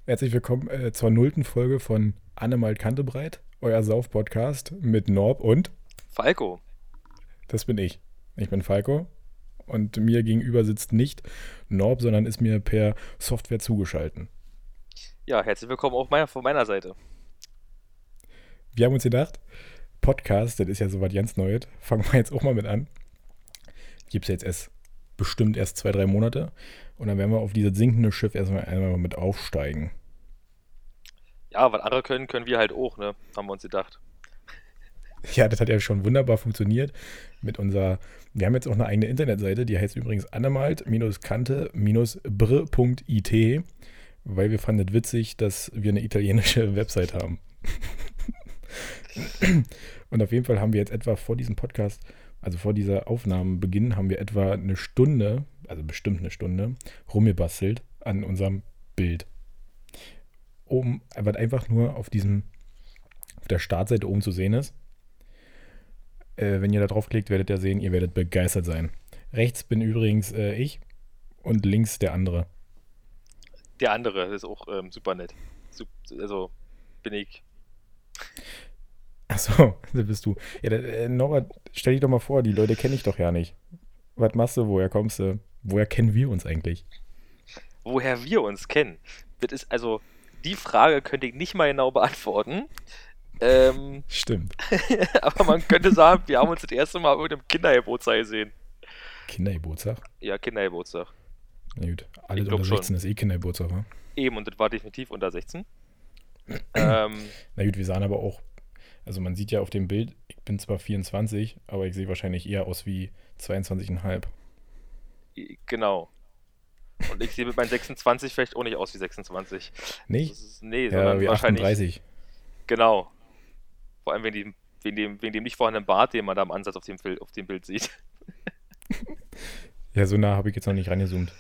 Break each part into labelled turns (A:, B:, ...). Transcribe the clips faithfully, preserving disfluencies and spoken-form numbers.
A: Herzlich willkommen äh, zur nullten Folge von Annemalt Kantebreit, euer Sauf-Podcast mit Norb und
B: Falco.
A: das bin ich. Ich bin Falco und mir gegenüber sitzt nicht Norb, sondern ist mir per Software zugeschalten.
B: Ja, herzlich willkommen auch meiner, von meiner Seite.
A: Wir haben uns gedacht, Podcast, das ist ja soweit ganz Neues, fangen wir jetzt auch mal mit an. Gibt es jetzt erst bestimmt erst zwei, drei Monate und dann werden wir auf dieses sinkende Schiff erstmal einmal mit aufsteigen.
B: Ja, was andere können, können wir halt auch, ne? Haben wir uns gedacht.
A: Ja, das hat ja schon wunderbar funktioniert mit unserer, wir haben jetzt auch eine eigene Internetseite, die heißt übrigens annemalt-kante-br punkt it, weil wir fanden es witzig, dass wir eine italienische Website haben. Und auf jeden Fall haben wir jetzt etwa vor diesem Podcast, also vor dieser Aufnahmenbeginn, haben wir etwa eine Stunde, also bestimmt eine Stunde, rumgebastelt an unserem Bild. Oben, was einfach nur auf diesem, auf der Startseite oben zu sehen ist. Äh, wenn ihr da draufklickt, werdet ihr sehen, ihr werdet begeistert sein. Rechts bin übrigens äh, ich und links der andere.
B: Der andere ist auch ähm, super nett. Sup also bin ich.
A: Achso, da bist du. Ja, da, äh, Norbert, stell dich doch mal vor, die Leute kenne ich doch ja nicht. Was machst du, woher kommst du? Woher kennen wir uns eigentlich?
B: Woher wir uns kennen. Das ist also, die Frage könnte ich nicht mal genau beantworten. Ähm,
A: Stimmt.
B: aber man könnte sagen, wir haben uns das erste Mal mit einem Kindergeburtstag gesehen.
A: Kindergeburtstag?
B: Ja, Kindergeburtstag.
A: Na gut,
B: Ich
A: alles
B: glaub
A: unter
B: schon.
A: sechzehn ist eh Kindergeburtstag, wa?
B: Eben, und das war definitiv unter sechzehn. ähm,
A: Na gut, wir sahen aber auch, also man sieht ja auf dem Bild, ich bin zwar vierundzwanzig, aber ich sehe wahrscheinlich eher aus wie zweiundzwanzig Komma fünf.
B: genau. Und ich sehe mit meinen sechsundzwanzig vielleicht auch nicht aus wie sechsundzwanzig.
A: Nicht?
B: Das ist, nee,
A: Ja,
B: sondern
A: wie
B: wahrscheinlich.
A: achtunddreißig.
B: Genau. Vor allem wegen dem, wegen dem, wegen dem nicht vorhandenen Bart, den man da im Ansatz auf dem, Bild, auf dem Bild sieht.
A: Ja, so nah habe ich jetzt noch nicht rangezoomt.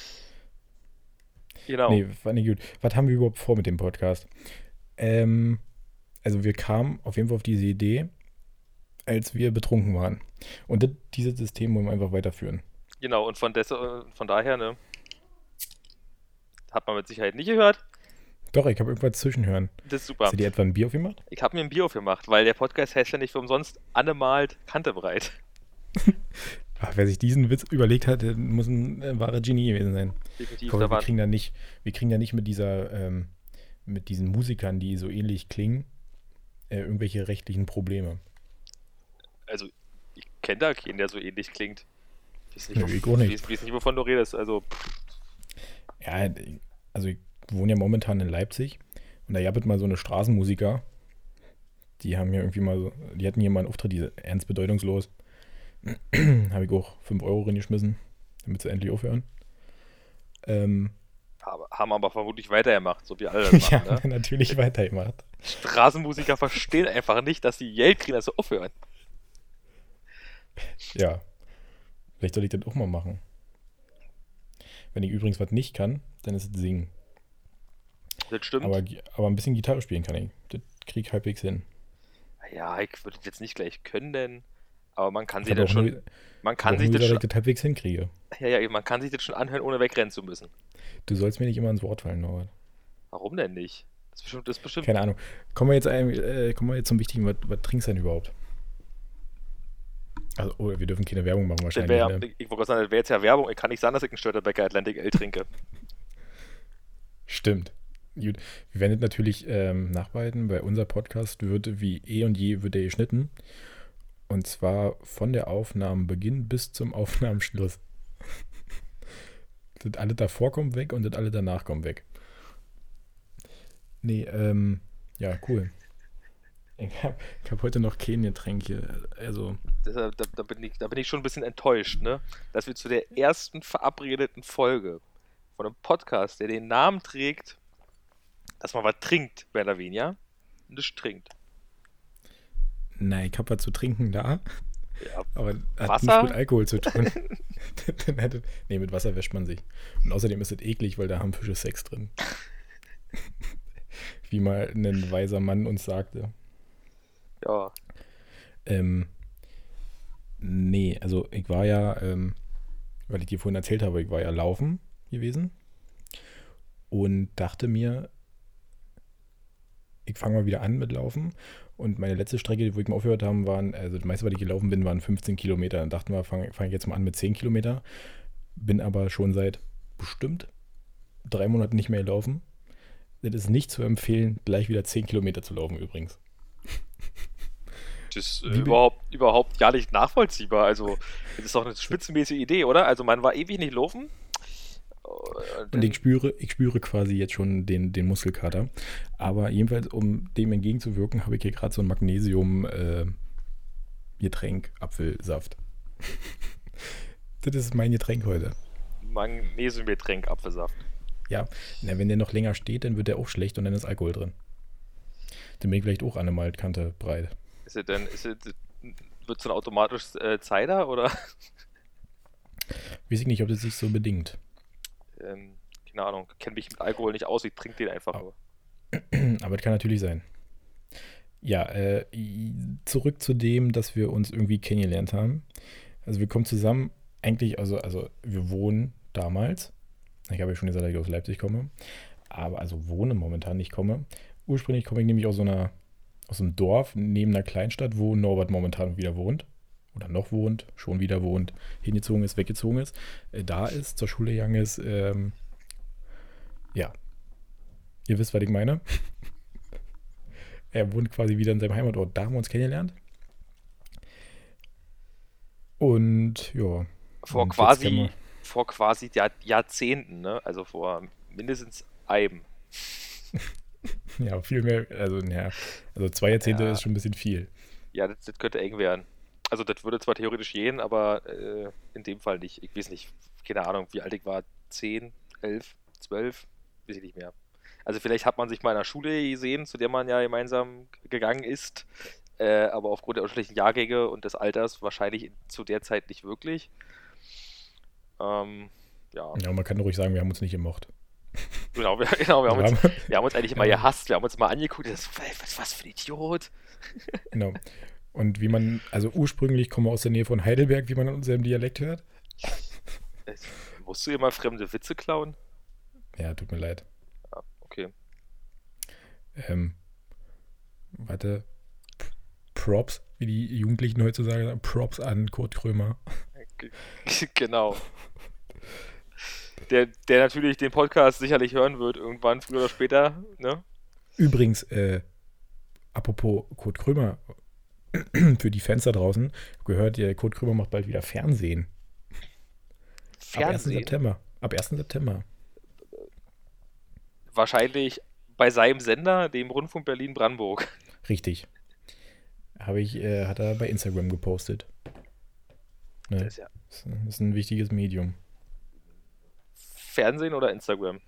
B: Genau.
A: Nee, war nicht gut. Was haben wir überhaupt vor mit dem Podcast? Ähm, also wir kamen auf jeden Fall auf diese Idee, als wir betrunken waren. Und das, dieses System wollen wir einfach weiterführen.
B: Genau, und von, des, äh, von daher, ne, hat man mit Sicherheit nicht gehört.
A: Doch, ich habe irgendwas zwischenhören.
B: Das ist
A: Hast
B: super.
A: du dir etwa ein Bier aufgemacht?
B: Ich habe mir ein Bier aufgemacht, weil der Podcast heißt ja nicht für umsonst Annemalt Kantebreit.
A: Ach, wer sich diesen Witz überlegt hat, der muss ein äh, wahrer Genie gewesen sein. Ich
B: Definitiv,
A: hoffe,
B: da
A: wir
B: waren.
A: kriegen da nicht, wir kriegen da nicht mit dieser, ähm, mit diesen Musikern, die so ähnlich klingen, äh, irgendwelche rechtlichen Probleme.
B: Also, ich kenne da keinen, der so ähnlich klingt. Ich weiß nicht,
A: Nö,
B: wof-
A: ich auch
B: ich
A: nicht.
B: weiß, weiß nicht, wovon du redest. Also,
A: Ja, also ich wohne ja momentan in Leipzig und da gab es mal so eine Straßenmusiker, die haben hier irgendwie mal so, die hatten hier mal einen Auftritt, die ernst bedeutungslos. Habe ich auch fünf Euro reingeschmissen, damit sie endlich aufhören. Ähm,
B: aber, haben aber vermutlich weitergemacht, so wie alle das
A: ja,
B: machen, ne?
A: natürlich weitergemacht.
B: Straßenmusiker verstehen einfach nicht, dass sie Geld kriegen, dass sie aufhören.
A: Ja, vielleicht soll ich das auch mal machen. Wenn ich übrigens was nicht kann, dann ist es singen.
B: Das stimmt.
A: Aber, aber ein bisschen Gitarre spielen kann ich. Das krieg ich halbwegs hin.
B: Ja, ich würde das jetzt nicht gleich können, aber man kann
A: Ich
B: sich
A: habe
B: das
A: auch nur,
B: schon, man
A: ich hab
B: kann
A: auch
B: sich
A: nur
B: das
A: gesagt,
B: schon,
A: dass ich das halbwegs hinkriege.
B: ja, ja, man kann sich das schon anhören, ohne wegrennen zu müssen.
A: Du sollst mir nicht immer ins Wort fallen, Norbert.
B: Warum denn nicht? Das ist bestimmt, das ist bestimmt,
A: Keine Ahnung. Kommen wir jetzt, ein, äh, kommen wir jetzt zum Wichtigen. Was, was trinkst du denn überhaupt? Also, oh, wir dürfen keine Werbung machen
B: das
A: wahrscheinlich.
B: wäre,
A: Ne?
B: ich, ich wollte gerade sagen, das wäre jetzt ja Werbung. Ich kann nicht sagen, dass ich einen Störtebecker Atlantic Ale trinke.
A: Stimmt. Gut. Wir werden das natürlich ähm, nachbehalten, weil unser Podcast wird wie eh und je wird er geschnitten. Und zwar von der Aufnahmenbeginn bis zum Aufnahmenschluss. Das alle davor kommt weg und das alle danach kommt weg. Nee, ähm, ja, cool. Ich habe ich hab heute noch kein Getränk hier. Also,
B: Deshalb, da, da, bin ich, da bin ich schon ein bisschen enttäuscht, ne? Dass wir zu der ersten verabredeten Folge von einem Podcast, der den Namen trägt, dass man was trinkt, mehr oder weniger, nicht trinkt.
A: nein, ich habe was zu trinken da,
B: Ja,
A: aber hat
B: Wasser?
A: nichts mit Alkohol zu tun. Dann hätte, nee, mit Wasser wäscht man sich. Und außerdem ist es eklig, weil da haben Fische Sex drin. Wie mal ein weiser Mann uns sagte.
B: ja,
A: Ähm, nee, also ich war ja, ähm, weil ich dir vorhin erzählt habe, ich war ja laufen gewesen. und dachte mir, ich fange mal wieder an mit Laufen. Und meine letzte Strecke, wo ich mal aufgehört habe, waren, also das meiste, was ich gelaufen bin, waren fünfzehn Kilometer. Dann dachten wir, fange fang ich jetzt mal an mit zehn Kilometer. Bin aber schon seit bestimmt drei Monaten nicht mehr gelaufen. Das ist nicht zu empfehlen, gleich wieder zehn Kilometer zu laufen übrigens.
B: Das ist äh, überhaupt, überhaupt gar nicht nachvollziehbar. Also, das ist doch eine spitzenmäßige Idee, oder? Also, man war ewig nicht laufen.
A: Und ich spüre, ich spüre quasi jetzt schon den, den Muskelkater. Aber jedenfalls, um dem entgegenzuwirken, habe ich hier gerade so ein Magnesium-Getränk, äh, Apfelsaft. Das ist mein Getränk heute.
B: Magnesium-Getränk, Apfelsaft.
A: Ja, na, wenn der noch länger steht, dann wird der auch schlecht und dann ist Alkohol drin. Dann bin ich vielleicht auch an der Maltkante breit.
B: Ist es denn, ist es, wird es dann automatisch äh, Cider, oder?
A: Weiß ich nicht, ob das sich so bedingt.
B: Ähm, keine Ahnung, kenne mich mit Alkohol nicht aus, ich trinke den einfach nur.
A: Aber das kann natürlich sein. Ja, äh, zurück zu dem, dass wir uns irgendwie kennengelernt haben. Also wir kommen zusammen, eigentlich, also, also wir wohnen damals. Ich habe ja schon gesagt, dass ich aus Leipzig komme. Aber also wohne momentan nicht komme. Ursprünglich komme ich nämlich aus so einer, aus einem Dorf neben einer Kleinstadt, wo Norbert momentan wieder wohnt. Oder noch wohnt, schon wieder wohnt, hingezogen ist, weggezogen ist, äh, da ist, zur Schule gegangen ist, ähm, ja, ihr wisst, was ich meine. Er wohnt quasi wieder in seinem Heimatort, da haben wir uns kennengelernt. Und, ja.
B: Vor
A: und
B: quasi, vor quasi Jahr, Jahrzehnten, ne, also vor mindestens einem.
A: Ja, viel mehr, also, ja, also zwei Jahrzehnte
B: ja.
A: ist schon ein bisschen viel.
B: Ja, das, das könnte eng werden. Also das würde zwar theoretisch gehen, aber äh, in dem Fall nicht. Ich weiß nicht, keine Ahnung, wie alt ich war. zehn, elf, zwölf, weiß ich nicht mehr. Also vielleicht hat man sich mal in der Schule gesehen, zu der man ja gemeinsam gegangen ist, äh, aber aufgrund der unterschiedlichen Jahrgänge und des Alters wahrscheinlich zu der Zeit nicht wirklich. Ähm, ja.
A: Ja, man kann ruhig sagen, wir haben uns nicht gemocht.
B: Genau, wir, genau, wir, haben, uns, wir haben uns eigentlich immer
A: ja.
B: gehasst, wir haben uns mal angeguckt, das, was, was für ein Idiot.
A: Genau. Und wie man, also ursprünglich komme aus der Nähe von Heidelberg, wie man in unserem Dialekt hört.
B: Musst du immer fremde Witze klauen?
A: Ja, tut mir leid.
B: Ja, okay.
A: Ähm, warte. Props, wie die Jugendlichen heutzutage sagen, Props an Kurt Krömer.
B: Genau. Der, der natürlich den Podcast sicherlich hören wird, irgendwann, früher oder später, ne?
A: Übrigens, äh, apropos Kurt Krömer, für die Fans da draußen, gehört, der Kurt Krömer macht bald wieder Fernsehen.
B: Fernsehen?
A: Ab ersten September. Ab ersten September.
B: Wahrscheinlich bei seinem Sender, dem Rundfunk Berlin-Brandenburg.
A: Richtig. Habe ich, äh, hat er bei Instagram gepostet. Ne?
B: Das ist ja.
A: Das ist ein wichtiges Medium.
B: Fernsehen oder Instagram?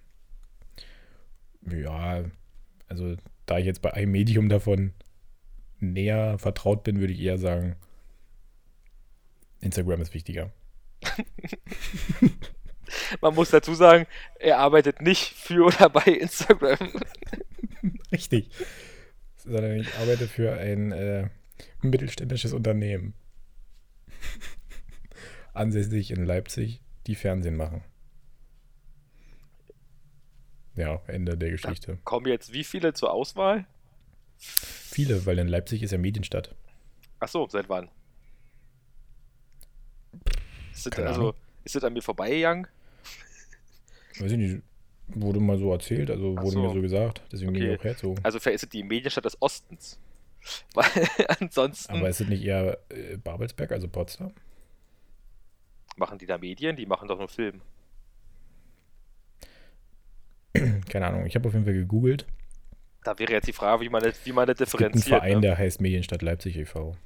A: Ja, also da ich jetzt bei einem Medium davon näher vertraut bin, würde ich eher sagen, Instagram ist wichtiger.
B: Man muss dazu sagen, er arbeitet nicht für oder bei Instagram.
A: Richtig. Sondern ich arbeite für ein äh, mittelständisches Unternehmen. Ansässig in Leipzig, die Fernsehen machen. Ja, Ende der Geschichte.
B: Da kommen jetzt wie viele zur Auswahl?
A: Viele, weil in Leipzig ist ja Medienstadt.
B: Ach so, seit wann? Ist das,
A: Keine
B: also,
A: Ahnung.
B: ist das an mir vorbeigegangen?
A: Weiß ich nicht, wurde mal so erzählt, also
B: Ach
A: wurde
B: so.
A: mir so gesagt, deswegen bin
B: Okay.
A: ich auch herzogen.
B: Also vielleicht ist es die Medienstadt des Ostens. Weil ansonsten
A: Aber ist es nicht eher äh, Babelsberg, also Potsdam?
B: machen die da Medien, die machen doch nur Film.
A: Keine Ahnung, ich habe auf jeden Fall gegoogelt.
B: Da wäre jetzt die Frage, wie man das, wie man das
A: Es gibt einen
B: differenziert.
A: Verein,
B: Ne?
A: der heißt Medienstadt Leipzig e V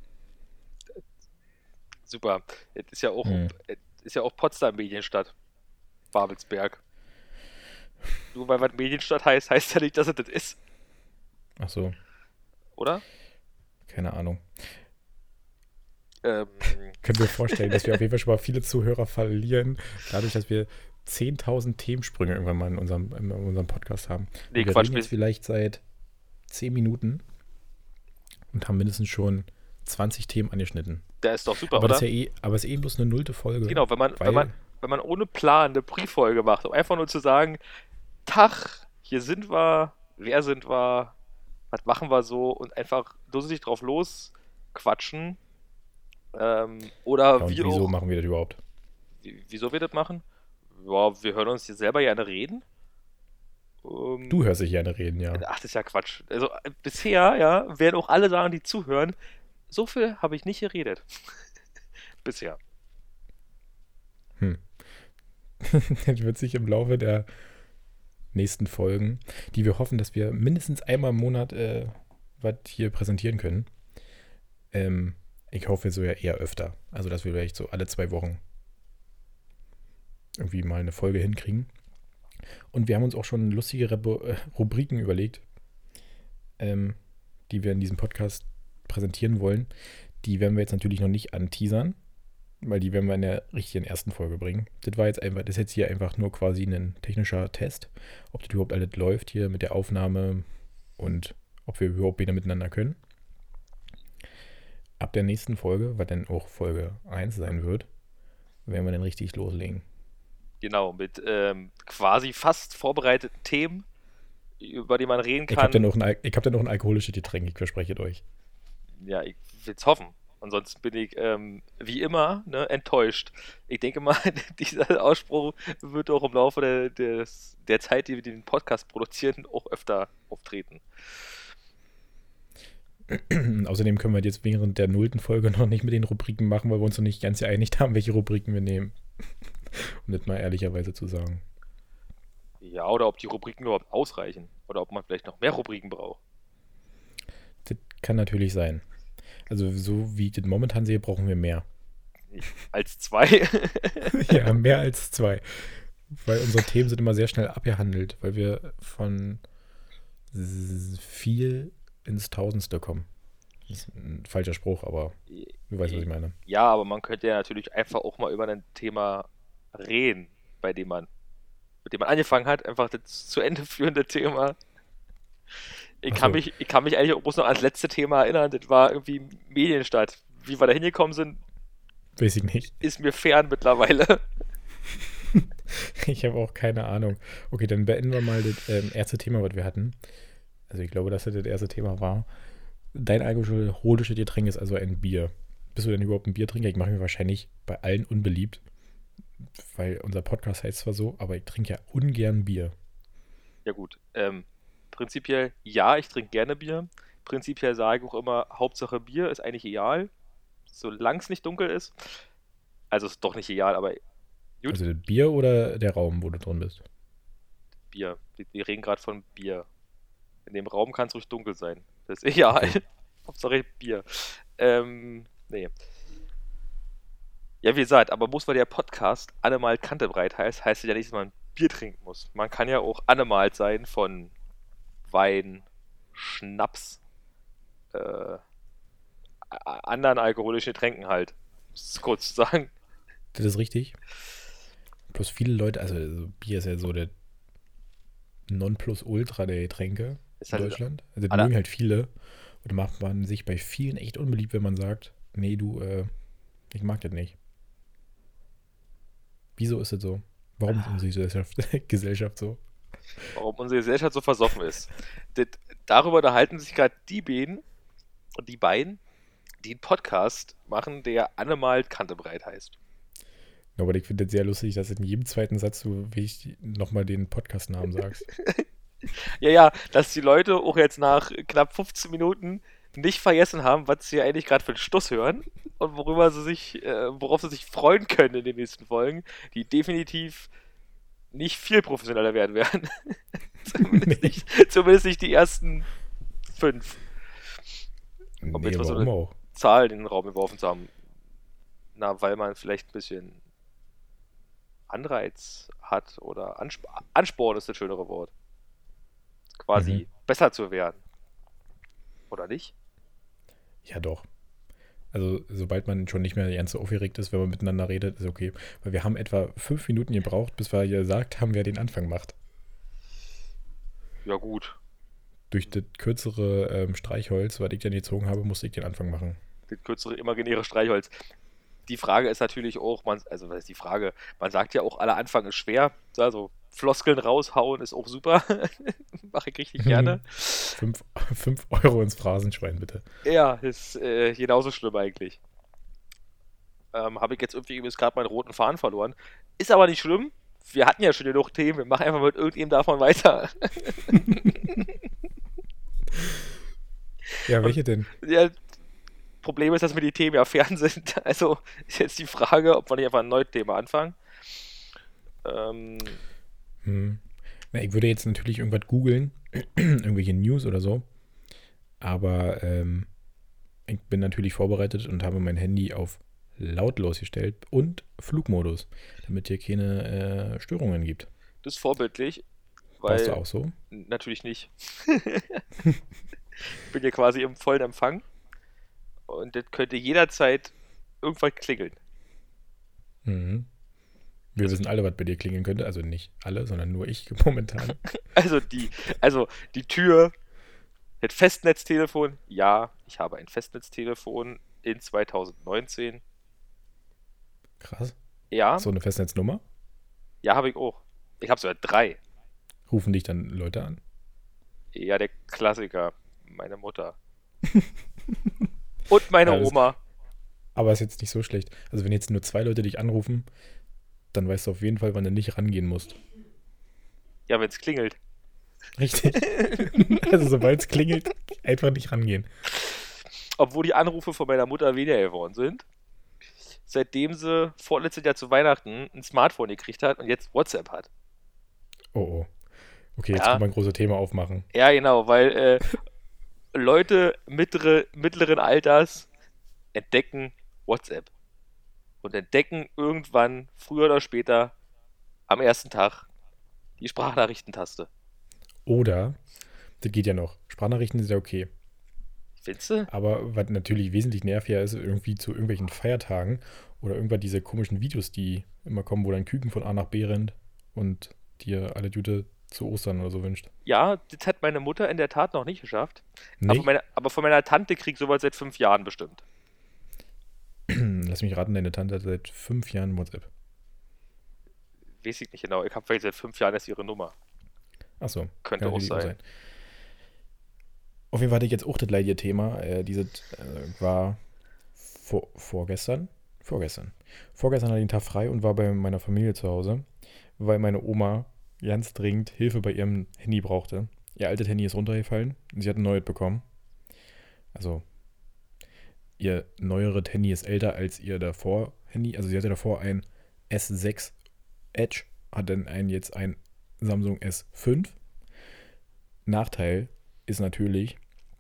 B: Super. Es ist ja auch,
A: Hm.
B: es ist ja auch Potsdam Medienstadt. Babelsberg. Nur weil was Medienstadt heißt, heißt ja nicht, dass es das ist.
A: Ach so,
B: Oder?
A: keine Ahnung.
B: Ähm,
A: Können wir vorstellen, dass wir auf jeden Fall schon mal viele Zuhörer verlieren, dadurch, dass wir zehntausend Themensprünge irgendwann mal in unserem, in unserem Podcast haben.
B: nee,
A: Und wir
B: Quatsch.
A: reden jetzt vielleicht seit zehn Minuten und haben mindestens schon zwanzig Themen angeschnitten.
B: Der ist doch super,
A: aber
B: oder?
A: das ist ja eh, aber es ist eh bloß eine nullte Folge.
B: Genau, wenn man,
A: weil,
B: wenn man, wenn man ohne Plan eine Pre-Folge macht, um einfach nur zu sagen, Tag, hier sind wir, wer sind wir, was machen wir so und einfach dusselig drauf losquatschen. Ähm, oder
A: Ja, und
B: wie
A: wieso
B: auch,
A: machen wir das überhaupt?
B: wie, wieso wir das machen? Ja, wir hören uns jetzt selber gerne reden. Ähm,
A: Du hörst dich gerne reden, ja.
B: Ach, das ist ja Quatsch. Also äh, bisher, ja, werden auch alle sagen, die zuhören, so viel habe ich nicht geredet. Bisher.
A: Hm. Das wird sich im Laufe der nächsten Folgen, die wir hoffen, dass wir mindestens einmal im Monat äh, was hier präsentieren können. Ähm, ich hoffe so ja eher öfter. Also, dass wir vielleicht so alle zwei Wochen irgendwie mal eine Folge hinkriegen. Und wir haben uns auch schon lustige Rebo- äh, Rubriken überlegt, ähm, die wir in diesem Podcast präsentieren wollen. Die werden wir jetzt natürlich noch nicht anteasern, weil die werden wir in der richtigen ersten Folge bringen. Das war jetzt einfach, das ist jetzt hier einfach nur quasi ein technischer Test, ob das überhaupt alles läuft hier mit der Aufnahme und ob wir überhaupt wieder miteinander können. Ab der nächsten Folge, was dann auch Folge eins sein wird, werden wir dann richtig loslegen.
B: Genau, mit ähm, quasi fast vorbereiteten Themen, über die man reden
A: Ich
B: kann.
A: habe dann, noch ein Al- ich hab dann noch ein alkoholisches Getränk, ich verspreche es euch.
B: Ja, ich will es hoffen. Ansonsten bin ich, ähm, wie immer, ne, enttäuscht. Ich denke mal, dieser Ausspruch wird auch im Laufe der, des, der Zeit, die wir den Podcast produzieren, auch öfter auftreten.
A: Außerdem können wir jetzt während der nullten Folge noch nicht mit den Rubriken machen, weil wir uns noch nicht ganz geeinigt haben, welche Rubriken wir nehmen. Um das mal ehrlicherweise zu sagen.
B: Ja, oder ob die Rubriken überhaupt ausreichen. Oder ob man vielleicht noch mehr Rubriken braucht.
A: Das kann natürlich sein. Also so wie ich das momentan sehe, brauchen wir mehr.
B: Als zwei.
A: Ja, mehr als zwei. Weil unsere Themen sind immer sehr schnell abgehandelt, weil wir von s- viel ins Tausendste kommen. Das ist ein falscher Spruch, aber du weißt, was ich meine.
B: Ja, aber man könnte ja natürlich einfach auch mal über ein Thema reden, bei dem man, mit dem man angefangen hat, einfach das zu Ende führende Thema. Ich
A: Ach
B: kann
A: so.
B: mich, ich kann mich eigentlich auch bloß noch ans letzte Thema erinnern, das war irgendwie Medienstadt. Wie wir da hingekommen sind,
A: Weiß ich nicht.
B: ist mir fern mittlerweile.
A: Ich habe auch keine Ahnung. Okay, dann beenden wir mal das ähm, erste Thema, was wir hatten. Also ich glaube, dass das das erste Thema war. Dein alkoholisches Getränk ist also ein Bier. Bist du denn überhaupt ein Biertrinker? Ich mache mich wahrscheinlich bei allen unbeliebt, weil unser Podcast heißt zwar so, aber ich trinke ja ungern Bier.
B: Ja gut, ähm, prinzipiell ja, ich trinke gerne Bier. Prinzipiell sage ich auch immer, Hauptsache Bier ist eigentlich egal, solange es nicht dunkel ist. Also ist doch nicht egal, aber gut.
A: Also das Bier oder der Raum, wo du drin bist?
B: Bier. Wir, wir reden gerade von Bier. In dem Raum kann es ruhig dunkel sein. Das ist egal.
A: Okay.
B: Hauptsache Bier. Ähm, nee. Ja, wie gesagt, aber muss, weil der Podcast Annemalt Kantebreit heißt, heißt es ja nicht, dass man Bier trinken muss. Man kann ja auch angemalt sein von Wein, Schnaps, äh, a- anderen alkoholischen Getränken halt. Um es kurz zu sagen.
A: Das ist richtig. Bloß viele Leute, also also Bier ist ja so der Nonplusultra der Getränke
B: Ist
A: in
B: halt
A: Deutschland. Also das
B: aller-
A: mögen halt viele. Und da macht man sich bei vielen echt unbeliebt, wenn man sagt, nee, du, äh, ich mag das nicht. Wieso ist das so? Warum ist unsere Gesellschaft, Gesellschaft so?
B: warum unsere Gesellschaft so versoffen ist. Das, darüber unterhalten sich gerade die beiden, die beiden, die einen Podcast machen, der Annemalt Kantebreit heißt.
A: Aber ich finde das sehr lustig, dass in jedem zweiten Satz du wirklich nochmal den Podcast-Namen sagst.
B: Ja, ja, dass die Leute auch jetzt nach knapp fünfzehn Minuten nicht vergessen haben, was sie eigentlich gerade für einen Stuss hören und worüber sie sich, äh, worauf sie sich freuen können in den nächsten Folgen, die definitiv nicht viel professioneller werden werden. zumindest,
A: Nee.
B: nicht, zumindest nicht die ersten fünf. Um
A: Nee,
B: jetzt mal so
A: warum
B: eine
A: auch?
B: Zahl in den Raum geworfen zu haben. Na, weil man vielleicht ein bisschen Anreiz hat oder Ansp Ansporn ist das schönere Wort. Quasi
A: Mhm.
B: besser zu werden. Oder nicht?
A: Ja, doch. Also, sobald man schon nicht mehr ganz so aufgeregt ist, wenn man miteinander redet, ist okay. Weil wir haben etwa fünf Minuten gebraucht, bis wir gesagt haben, wer den Anfang macht.
B: Ja, gut.
A: Durch das kürzere ähm, Streichholz, was ich dann gezogen habe, musste ich den Anfang machen.
B: Das kürzere imaginäre Streichholz. Die Frage ist natürlich auch, man, also was ist die Frage? Man sagt ja auch, aller Anfang ist schwer. Also Floskeln raushauen ist auch super. Mache ich richtig gerne.
A: Fünf, fünf Euro ins Phrasenschwein, bitte.
B: Ja, ist äh, genauso schlimm eigentlich. Ähm, habe ich jetzt irgendwie übrigens gerade meinen roten Faden verloren. Ist aber nicht schlimm. Wir hatten ja schon genug Themen. Wir machen einfach mit irgendjemandem davon weiter.
A: Ja, welche denn?
B: Ja, Problem ist, dass mir die Themen ja fern sind. Also ist jetzt die Frage, ob wir nicht einfach ein neues Thema anfangen. Ähm,
A: Hm. Na, ich würde jetzt natürlich irgendwas googeln, irgendwelche News oder so. Aber ähm, ich bin natürlich vorbereitet und habe mein Handy auf lautlos gestellt und Flugmodus, damit hier keine äh, Störungen gibt.
B: das ist vorbildlich,
A: Brauchst du
B: weil
A: auch so?
B: natürlich nicht. Ich bin ja quasi im vollen Empfang und das könnte jederzeit irgendwann klingeln.
A: Mhm. Wir wissen alle, was bei dir klingeln könnte. Also nicht alle, sondern nur ich momentan.
B: Also die, also die Tür, das Festnetztelefon, ja, ich habe ein Festnetztelefon in zwanzig neunzehn.
A: Krass.
B: Ja,
A: So eine Festnetznummer?
B: ja, habe ich auch. Ich habe sogar drei.
A: Rufen dich dann Leute an?
B: Ja, der Klassiker, meine Mutter. Und meine
A: Ja, das-
B: Oma.
A: Aber ist jetzt nicht so schlecht. Also wenn jetzt nur zwei Leute dich anrufen, dann weißt du auf jeden Fall, wann du nicht rangehen musst.
B: Ja, wenn es klingelt.
A: Richtig. Also sobald es klingelt, einfach nicht rangehen.
B: Obwohl die Anrufe von meiner Mutter weniger geworden sind. Seitdem sie vorletztes Jahr zu Weihnachten ein Smartphone gekriegt hat und jetzt WhatsApp hat.
A: Oh oh. Okay, jetzt
B: Ja.
A: kann man ein großes Thema aufmachen.
B: Ja, genau, weil äh, Leute mittlere, mittleren Alters entdecken WhatsApp. Und entdecken irgendwann, früher oder später, am ersten Tag, die Sprachnachrichtentaste.
A: Oder, das geht ja noch. Sprachnachrichten sind ja okay.
B: Findest du?
A: Aber was natürlich wesentlich nerviger ist, irgendwie zu irgendwelchen Feiertagen oder irgendwann diese komischen Videos, die immer kommen, wo dein Küken von A nach B rennt und dir alle Jute zu Ostern oder so wünscht.
B: Ja, das hat meine Mutter in der Tat noch nicht geschafft. Aber,
A: Nicht?
B: meine, aber von meiner Tante krieg ich sowas seit fünf Jahren bestimmt.
A: Lass mich raten, deine Tante hat seit fünf Jahren WhatsApp.
B: Weiß ich nicht genau. Ich habe vielleicht seit fünf Jahren erst ihre Nummer.
A: Achso.
B: Könnte auch
A: natürlich
B: sein.
A: Auf jeden Fall hatte ich jetzt auch das leidige Thema. Äh, dieses äh, war vor, vorgestern. Vorgestern. Vorgestern hatte ich den Tag frei und war bei meiner Familie zu Hause, weil meine Oma ganz dringend Hilfe bei ihrem Handy brauchte. Ihr altes Handy ist runtergefallen und sie hat ein neues bekommen. Also, ihr neueres Handy ist älter als ihr davor Handy. Also, sie hatte davor ein S sechs Edge, hat dann ein, jetzt ein Samsung S fünf. Nachteil ist natürlich,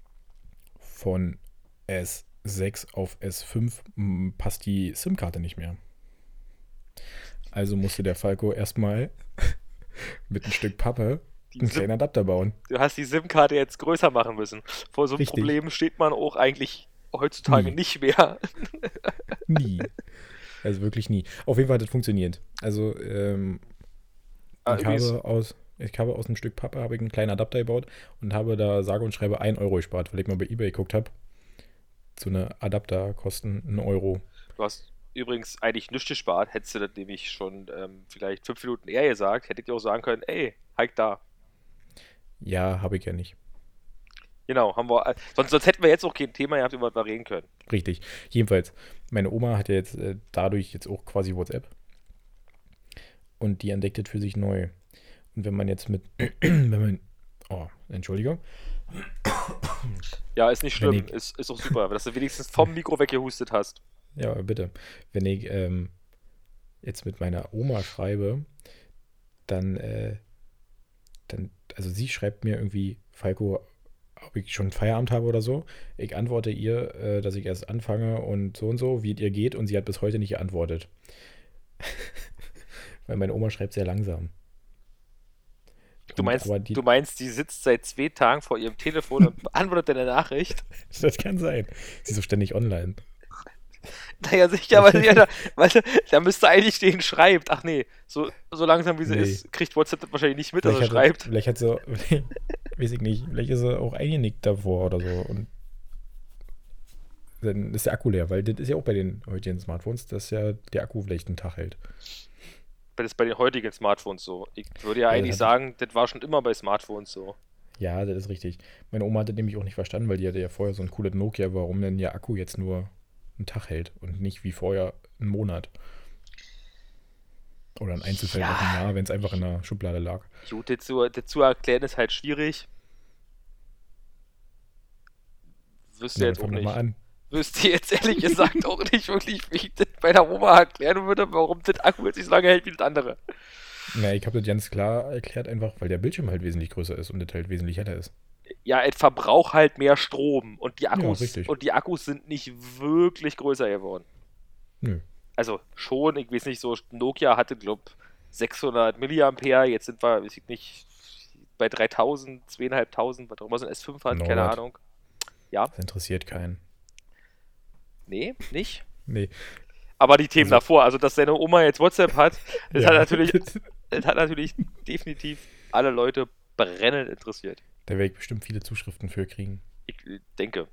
A: von S sechs auf S fünf m, passt die SIM-Karte nicht mehr. Also musste der Falco erstmal mit ein Stück Pappe
B: Die
A: einen
B: SIM,
A: kleinen Adapter bauen.
B: du hast die SIM-Karte jetzt größer machen müssen. Vor so einem
A: Richtig.
B: Problem steht man auch eigentlich heutzutage
A: Nie.
B: nicht mehr.
A: Nie. Also wirklich nie. Auf jeden Fall hat das funktioniert. Also ähm,
B: Ah,
A: ich,
B: übrigens-
A: habe aus, ich habe aus einem Stück Pappe habe ich einen kleinen Adapter gebaut und habe da sage und schreibe ein Euro gespart, weil ich mal bei eBay geguckt habe. So eine Adapter kosten einen Euro.
B: Du hast übrigens eigentlich nichts gespart. Hättest du das nämlich schon ähm, vielleicht fünf Minuten eher gesagt, hättet ihr auch sagen können, ey, halt da.
A: Ja, habe ich ja nicht.
B: Genau, haben wir. äh, Sonst, sonst hätten wir jetzt auch kein Thema gehabt, über das wir reden können.
A: Richtig. Jedenfalls, meine Oma hat ja jetzt äh, dadurch jetzt auch quasi WhatsApp. Und die entdeckt das für sich neu. Und wenn man jetzt mit, wenn man, oh, Entschuldigung.
B: Ja, ist nicht
A: Wenn
B: schlimm.
A: ich-
B: Ist, ist auch super, dass du wenigstens vom Mikro weggehustet hast.
A: Ja, bitte. Wenn ich ähm, jetzt mit meiner Oma schreibe, dann, äh, dann, also sie schreibt mir irgendwie, Falco, ob ich schon Feierabend habe oder so. Ich antworte ihr, äh, dass ich erst anfange und so und so, wie es ihr geht, und sie hat bis heute nicht geantwortet. Weil meine Oma schreibt sehr langsam.
B: Du
A: Und
B: meinst,
A: aber die,
B: du meinst, die sitzt seit zwei Tagen vor ihrem Telefon und beantwortet deine Nachricht?
A: das kann sein. Sie ist so ständig online.
B: Naja, sicher, weil, sie ja da, weil da müsste eigentlich stehen, schreibt. Ach nee, so, so langsam wie sie
A: Nee.
B: ist, kriegt WhatsApp das wahrscheinlich nicht mit, dass
A: Vielleicht
B: er
A: hat,
B: schreibt.
A: sie, vielleicht hat sie, weiß ich nicht, vielleicht ist sie auch eingenickt davor oder so. Und dann ist der Akku leer, weil das ist ja auch bei den heutigen Smartphones, dass ja der Akku vielleicht einen Tag hält.
B: Das ist bei den heutigen Smartphones so. Ich würde ja,
A: Ja, das
B: eigentlich
A: hatte
B: sagen, das war schon immer bei Smartphones so.
A: Ja, das ist richtig. Meine Oma hat das nämlich auch nicht verstanden, weil die hatte ja vorher so ein cooles Nokia, warum denn der Akku jetzt nur einen Tag hält und nicht wie vorher einen Monat. Oder in Einzelfällen auch ein
B: Ja,
A: Jahr, wenn es einfach in der Schublade lag.
B: gut, das zu, das zu erklären ist halt schwierig. Wüsste
A: Ja, dann
B: jetzt auch
A: fang doch mal
B: nicht.
A: an.
B: Wüsste jetzt ehrlich gesagt auch nicht wirklich, wie ich das bei der Oma erklären würde, warum das Akku jetzt nicht so lange hält wie das andere.
A: Na, ich habe das ganz klar erklärt, einfach weil der Bildschirm halt wesentlich größer ist und das halt wesentlich heller ist.
B: Ja, es verbraucht halt mehr Strom und die
A: Ja,
B: Akkus
A: richtig.
B: und die Akkus sind nicht wirklich größer geworden.
A: Nö.
B: Also schon, ich weiß nicht, so Nokia hatte, glaube sechshundert Milliampere, jetzt sind wir, weiß ich nicht, bei dreitausend, zweitausendfünfhundert, was auch immer so ein S fünf hat, keine
A: Norbert,
B: Ahnung. Ja,
A: das interessiert keinen.
B: nee, nicht.
A: Nee.
B: Aber die Themen
A: Also,
B: davor, also dass seine Oma jetzt WhatsApp hat, das
A: ja.
B: hat natürlich, das hat natürlich definitiv alle Leute brennend interessiert.
A: Da werde ich bestimmt viele Zuschriften für kriegen.
B: Ich denke.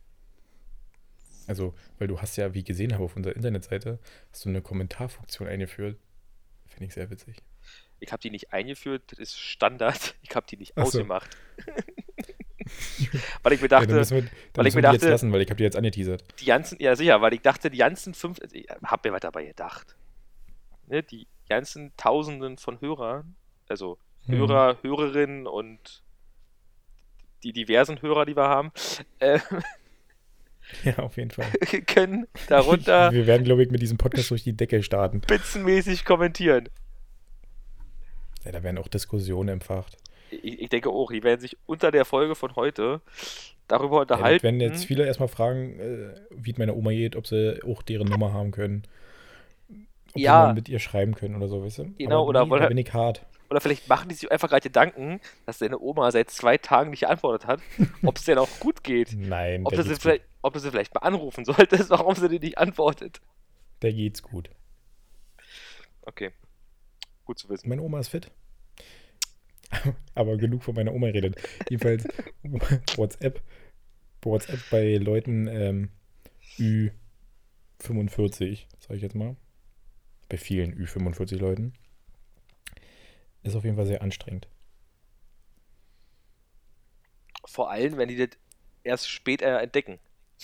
A: Also, weil du hast ja, wie ich gesehen habe auf unserer Internetseite, hast du eine Kommentarfunktion eingeführt. Finde ich sehr witzig.
B: Ich habe die nicht eingeführt, das ist Standard. Ich habe die nicht
A: Ach so.
B: ausgemacht. Weil ich mir
A: Ja, dann
B: dachte,
A: müssen wir, dann
B: weil ich
A: müssen
B: mir
A: wir die jetzt
B: dachte-
A: lassen, weil ich habe die jetzt angeteasert.
B: die ganzen, ja sicher, weil ich dachte, die ganzen fünf, also ich habe mir was dabei gedacht. Ne, die ganzen Tausenden von Hörern, also
A: Mhm.
B: Hörer, Hörerinnen und die diversen Hörer, die wir haben, äh,
A: Ja, auf jeden Fall.
B: können darunter
A: Wir werden, glaube ich, mit diesem Podcast durch die Decke starten.
B: spitzenmäßig kommentieren.
A: Ja, da werden auch Diskussionen empfacht.
B: Ich, ich denke auch, die werden sich unter der Folge von heute darüber
A: Ja, das
B: unterhalten.
A: werden jetzt viele erstmal fragen, äh, wie es meiner Oma geht, ob sie auch deren Nummer haben können. Ob
B: Ja.
A: wir mal mit ihr schreiben können oder so, weißt du?
B: Genau,
A: Aber
B: oder
A: nee,
B: wollen-
A: da bin ich hart.
B: Oder vielleicht machen die sich einfach gerade Gedanken, dass deine Oma seit zwei Tagen nicht geantwortet hat, ob es denn auch gut geht.
A: Nein,
B: Ob
A: der
B: du, sie
A: geht's,
B: vielleicht, ob du sie vielleicht mal anrufen solltest, warum sie dir nicht antwortet.
A: gut. Der geht's gut.
B: Okay. Gut zu wissen.
A: Meine Oma ist fit. Aber genug von meiner Oma redet. Jedenfalls WhatsApp. WhatsApp bei Leuten ähm, Ü fünfundvierzig, sag ich jetzt mal. Bei vielen Ü fünfundvierzig Leuten. Ist auf jeden Fall sehr anstrengend.
B: Vor allem, wenn die das erst später entdecken.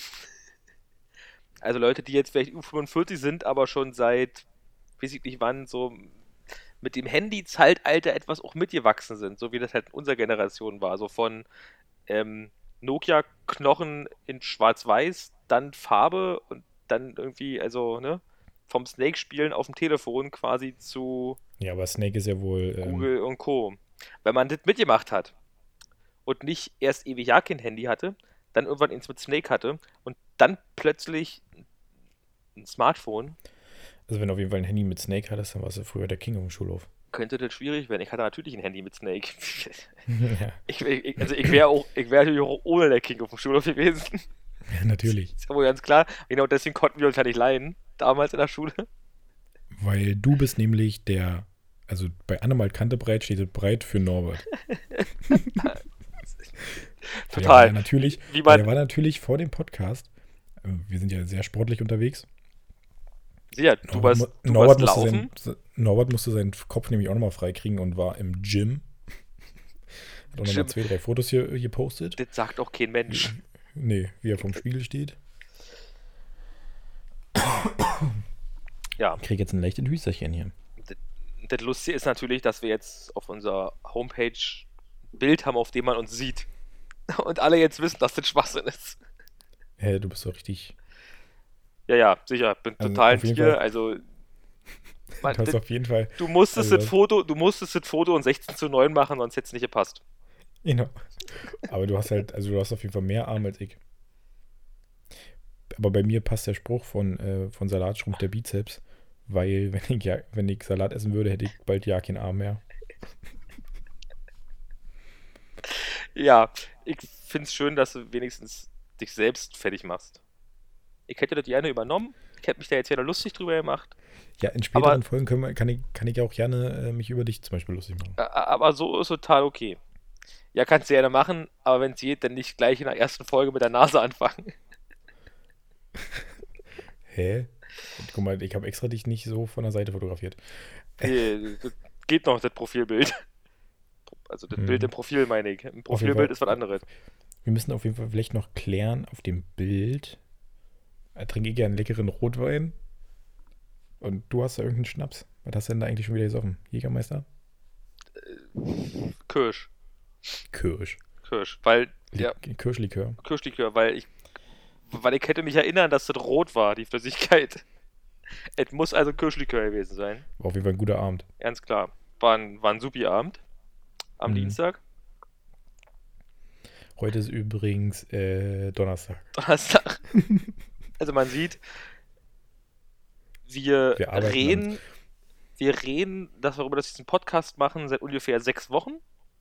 B: Also Leute, die jetzt vielleicht U fünfundvierzig sind, aber schon seit, weiß ich nicht wann, so mit dem Handy-Zeitalter etwas auch mitgewachsen sind, so wie das halt in unserer Generation war. So von ähm, Nokia-Knochen in Schwarz-Weiß, dann Farbe und dann irgendwie, also, ne, vom Snake-Spielen auf dem Telefon quasi zu
A: Ja, aber Snake ist ja wohl. Ähm,
B: Google und Co. Wenn man das mitgemacht hat und nicht erst ewig ja kein Handy hatte, dann irgendwann eins mit Snake hatte und dann plötzlich ein Smartphone,
A: also, wenn du auf jeden Fall ein Handy mit Snake hattest, dann warst du früher der King auf dem Schulhof.
B: könnte das schwierig werden. Ich hatte natürlich ein Handy mit Snake.
A: ja,
B: Ich, ich, also ich wäre auch, ich wäre natürlich auch ohne der King auf dem Schulhof gewesen.
A: natürlich.
B: Ist ja wohl ganz klar. Genau deswegen konnten wir uns ja nicht leihen, damals in der Schule.
A: Weil du bist nämlich der. Also bei Annemalt Kantebreit steht das breit für Norbert. Der war
B: Total.
A: ja natürlich,
B: Wie man-
A: der war natürlich vor dem Podcast. äh, Wir sind ja sehr sportlich unterwegs.
B: Ja, du warst,
A: mu-
B: du
A: Norbert,
B: warst
A: musste
B: laufen.
A: sein, Norbert musste seinen Kopf nämlich auch nochmal freikriegen und war im Gym. Hat auch nochmal
B: Gym.
A: zwei, drei Fotos hier gepostet.
B: Das sagt auch kein Mensch.
A: Nee, wie er vom Spiegel steht.
B: Ja,
A: Ich kriege jetzt ein leichtes Hüsterchen hier.
B: das Lustige ist natürlich, dass wir jetzt auf unserer Homepage ein Bild haben, auf dem man uns sieht. Und alle jetzt wissen, dass das Schwachsinn ist.
A: Hä, du bist doch richtig.
B: Ja, ja, sicher. Bin
A: Also
B: total ein
A: auf jeden
B: Tier.
A: Fall-
B: Also, man,
A: Du hast
B: das,
A: auf jeden Fall.
B: du musstest
A: also
B: das
A: das-
B: Foto, du musstest das Foto in sechzehn zu neun machen, sonst hätte es nicht gepasst.
A: Genau. Aber du hast halt, also du hast auf jeden Fall mehr Arme als ich. Aber bei mir passt der Spruch von, äh, von Salat schrumpft der Bizeps, weil wenn ich, ja, wenn ich Salat essen würde, hätte ich bald ja keinen Arm mehr.
B: Ja, ich finde es schön, dass du wenigstens dich selbst fertig machst. Ich hätte das gerne übernommen. Ich hätte mich da jetzt wieder lustig drüber gemacht.
A: Ja, in späteren
B: Aber-
A: Folgen können wir, kann, ich, kann ich auch gerne äh, mich über dich zum Beispiel lustig machen.
B: Ä- Aber so ist total okay. Ja, kannst du gerne machen, aber wenn es geht, dann nicht gleich in der ersten Folge mit der Nase anfangen.
A: Hä? Guck mal, ich habe extra dich nicht so von der Seite fotografiert.
B: Nee, das geht noch, das Profilbild. Also das
A: Hm.
B: Bild im Profil, meine ich. Ein
A: Auf jeden
B: Profilbild
A: Fall-
B: ist was anderes.
A: Wir müssen auf jeden Fall vielleicht noch klären auf dem Bild. äh, Trinke ich gerne einen leckeren Rotwein. Und du hast da irgendeinen Schnaps. Was hast du denn da eigentlich schon wieder gesoffen? Jägermeister?
B: Kirsch.
A: Kirsch.
B: Kirsch. Weil,
A: Li
B: ja,
A: Kirschlikör.
B: Kirschlikör, weil ich, weil ich hätte mich erinnern, dass das rot war, die Flüssigkeit. Es muss also Kirschlikör gewesen sein.
A: War auf jeden Fall ein guter Abend.
B: Ganz klar. War ein, war ein supi Abend. Am
A: Mhm.
B: Dienstag.
A: Heute ist übrigens äh, Donnerstag.
B: Donnerstag. Also man sieht, wir,
A: Wir arbeiten
B: reden, wir reden darüber, dass wir diesen Podcast machen seit ungefähr sechs Wochen.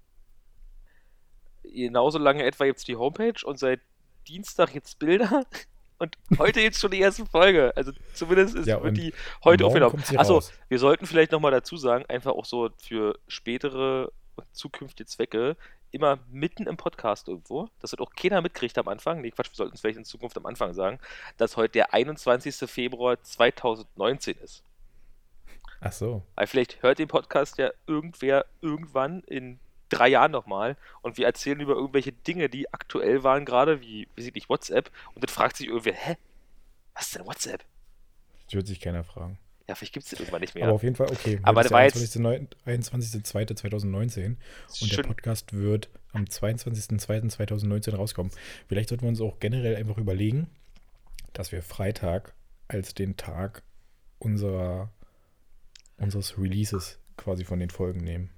B: Genauso lange etwa gibt es die Homepage und seit Dienstag jetzt Bilder und heute jetzt schon die erste Folge. Also zumindest ist
A: Ja,
B: wird
A: und
B: die heute
A: morgen
B: aufgenommen.
A: kommt sie
B: Achso,
A: raus.
B: wir sollten vielleicht nochmal dazu sagen, einfach auch so für spätere und zukünftige Zwecke, immer mitten im Podcast irgendwo, dass das auch keiner mitkriegt am Anfang. Nee, Quatsch, wir sollten es vielleicht in Zukunft am Anfang sagen, dass heute der einundzwanzigster Februar zweitausendneunzehn ist.
A: Ach so.
B: Weil vielleicht hört den Podcast ja irgendwer irgendwann in drei Jahren nochmal und wir erzählen über irgendwelche Dinge, die aktuell waren gerade, wie, wie sieht nicht WhatsApp, und dann fragt sich irgendwer, hä? Was ist denn WhatsApp?
A: Das wird sich keiner fragen.
B: Ja, vielleicht gibt es den irgendwann nicht mehr.
A: Aber auf jeden Fall, okay.
B: Aber
A: heute
B: der war
A: ist
B: jetzt-
A: der einundzwanzigster zweiter zweitausendneunzehn und der
B: Schön.
A: Podcast wird am zweiundzwanzigster zweiter zweitausendneunzehn rauskommen. Vielleicht sollten wir uns auch generell einfach überlegen, dass wir Freitag als den Tag unserer, unseres Releases quasi von den Folgen nehmen.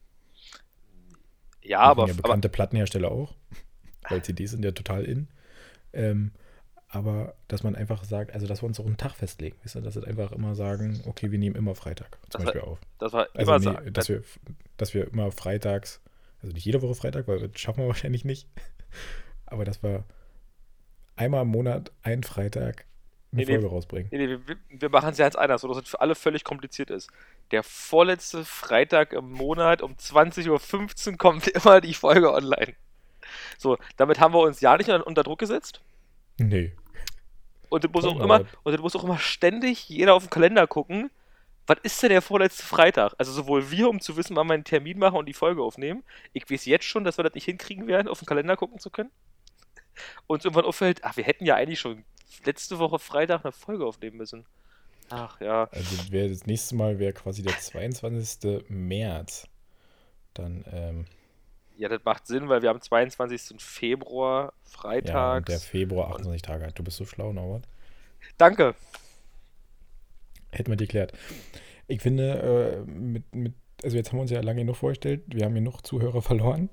B: Ja,
A: Machen
B: aber,
A: ja
B: aber
A: bekannte Plattenhersteller auch, weil C Ds sind ja total in. Ähm, aber dass man einfach sagt, also dass wir uns auch einen Tag festlegen, weißt du, dass wir einfach immer sagen, okay, wir nehmen immer Freitag zum
B: Das war-
A: Beispiel auf.
B: das war
A: Also
B: immer
A: nee,
B: sagen.
A: dass, wir, dass wir immer freitags, also nicht jede Woche Freitag, weil das schaffen wir wahrscheinlich nicht, aber dass wir einmal im Monat einen Freitag eine
B: Nee, nee.
A: Folge rausbringen.
B: Nee, nee, wir, wir machen es ja jetzt anders, so dass es für alle völlig kompliziert ist. Der vorletzte Freitag im Monat um zwanzig Uhr fünfzehn kommt immer die Folge online. So, damit haben wir uns ja nicht unter Druck gesetzt.
A: Nee.
B: Und das muss
A: Toll,
B: auch immer,
A: aber-
B: und das muss auch immer ständig jeder auf den Kalender gucken. Was ist denn der vorletzte Freitag? Also sowohl wir, um zu wissen, wann wir einen Termin machen und die Folge aufnehmen. Ich weiß jetzt schon, dass wir das nicht hinkriegen werden, auf den Kalender gucken zu können. Und irgendwann auffällt, ach, wir hätten ja eigentlich schon letzte Woche Freitag eine Folge aufnehmen müssen. Ach ja.
A: Also wär, das nächste Mal wäre quasi der zweiundzwanzigster März. Dann, ähm,
B: Ja, das macht Sinn, weil wir am zweiundzwanzigsten Februar
A: ja, und
B: freitags.
A: der Februar achtundzwanzig Tage hat. Du bist so schlau, Norbert.
B: Danke.
A: Hätten wir geklärt. Ich finde, äh, mit, mit, also jetzt haben wir uns ja lange genug vorgestellt, wir haben genug Zuhörer verloren.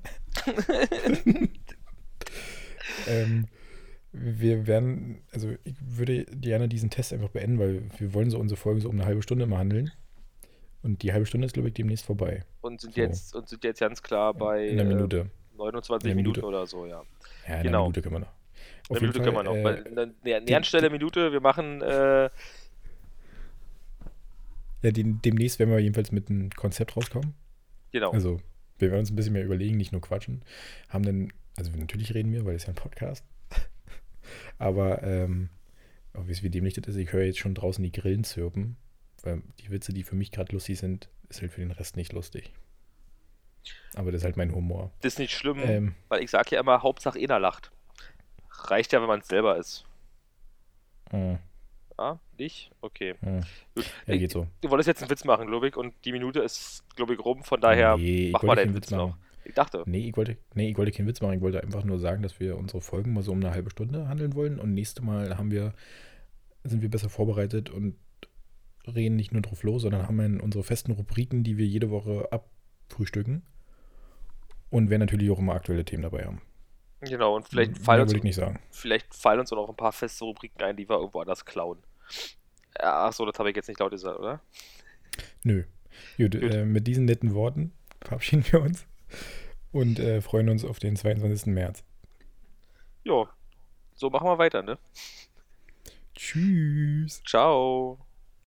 A: ähm, wir werden, also ich würde gerne diesen Test einfach beenden, weil wir wollen so unsere Folgen so um eine halbe Stunde mal handeln. Und die halbe Stunde ist, glaube ich, demnächst vorbei.
B: Und sind
A: So.
B: jetzt und sind jetzt ganz klar bei
A: In einer
B: äh,
A: Minute.
B: neunundzwanzig
A: In einer
B: Minuten
A: Minute.
B: oder so, ja.
A: Ja, in
B: genau.
A: einer Minute können wir noch. Auf
B: Eine
A: jeden
B: Minute
A: Fall,
B: können wir noch.
A: äh,
B: Weil, eine, eine
A: die-
B: Nähernstelle Minute, wir machen äh,
A: ja, den, demnächst werden wir jedenfalls mit einem Konzept rauskommen.
B: genau.
A: Also, wir werden uns ein bisschen mehr überlegen, nicht nur quatschen. Haben dann, also natürlich reden wir, weil es ja ein Podcast. Aber, ähm, auch wie es wie dämlich das ist, ich höre jetzt schon draußen die Grillen zirpen. Weil die Witze, die für mich gerade lustig sind, ist halt für den Rest nicht lustig. Aber das ist halt mein Humor.
B: Das ist nicht schlimm,
A: Ähm,
B: weil ich sage ja immer, Hauptsache einer lacht. Reicht ja, wenn man es selber ist.
A: äh,
B: Ja, nicht? Okay.
A: äh.
B: Gut.
A: Ja, geht so.
B: Du wolltest jetzt einen Witz machen, glaube ich, und die Minute ist, glaube ich, rum, von daher
A: nee, ich
B: mach mal
A: wollte
B: deinen
A: keinen
B: Witz
A: Witz
B: noch.
A: machen.
B: Ich dachte.
A: Nee, ich wollte, nee, ich wollte keinen Witz machen. Ich wollte einfach nur sagen, dass wir unsere Folgen mal so um eine halbe Stunde handeln wollen. Und nächstes Mal haben wir, sind wir besser vorbereitet und reden nicht nur drauf los, sondern haben dann unsere festen Rubriken, die wir jede Woche abfrühstücken. Und werden natürlich auch immer aktuelle Themen dabei haben.
B: Genau, und vielleicht
A: Mehr
B: fallen, uns,
A: würde ich nicht sagen.
B: vielleicht fallen uns auch noch ein paar feste Rubriken ein, die wir irgendwo anders klauen. Ja, ach so, das habe ich jetzt nicht laut gesagt, oder?
A: Nö. Gut,
B: Gut.
A: Äh, mit diesen netten Worten verabschieden wir uns und äh, freuen uns auf den zweiundzwanzigsten März.
B: Jo, so machen wir weiter, ne?
A: Tschüss.
B: Ciao.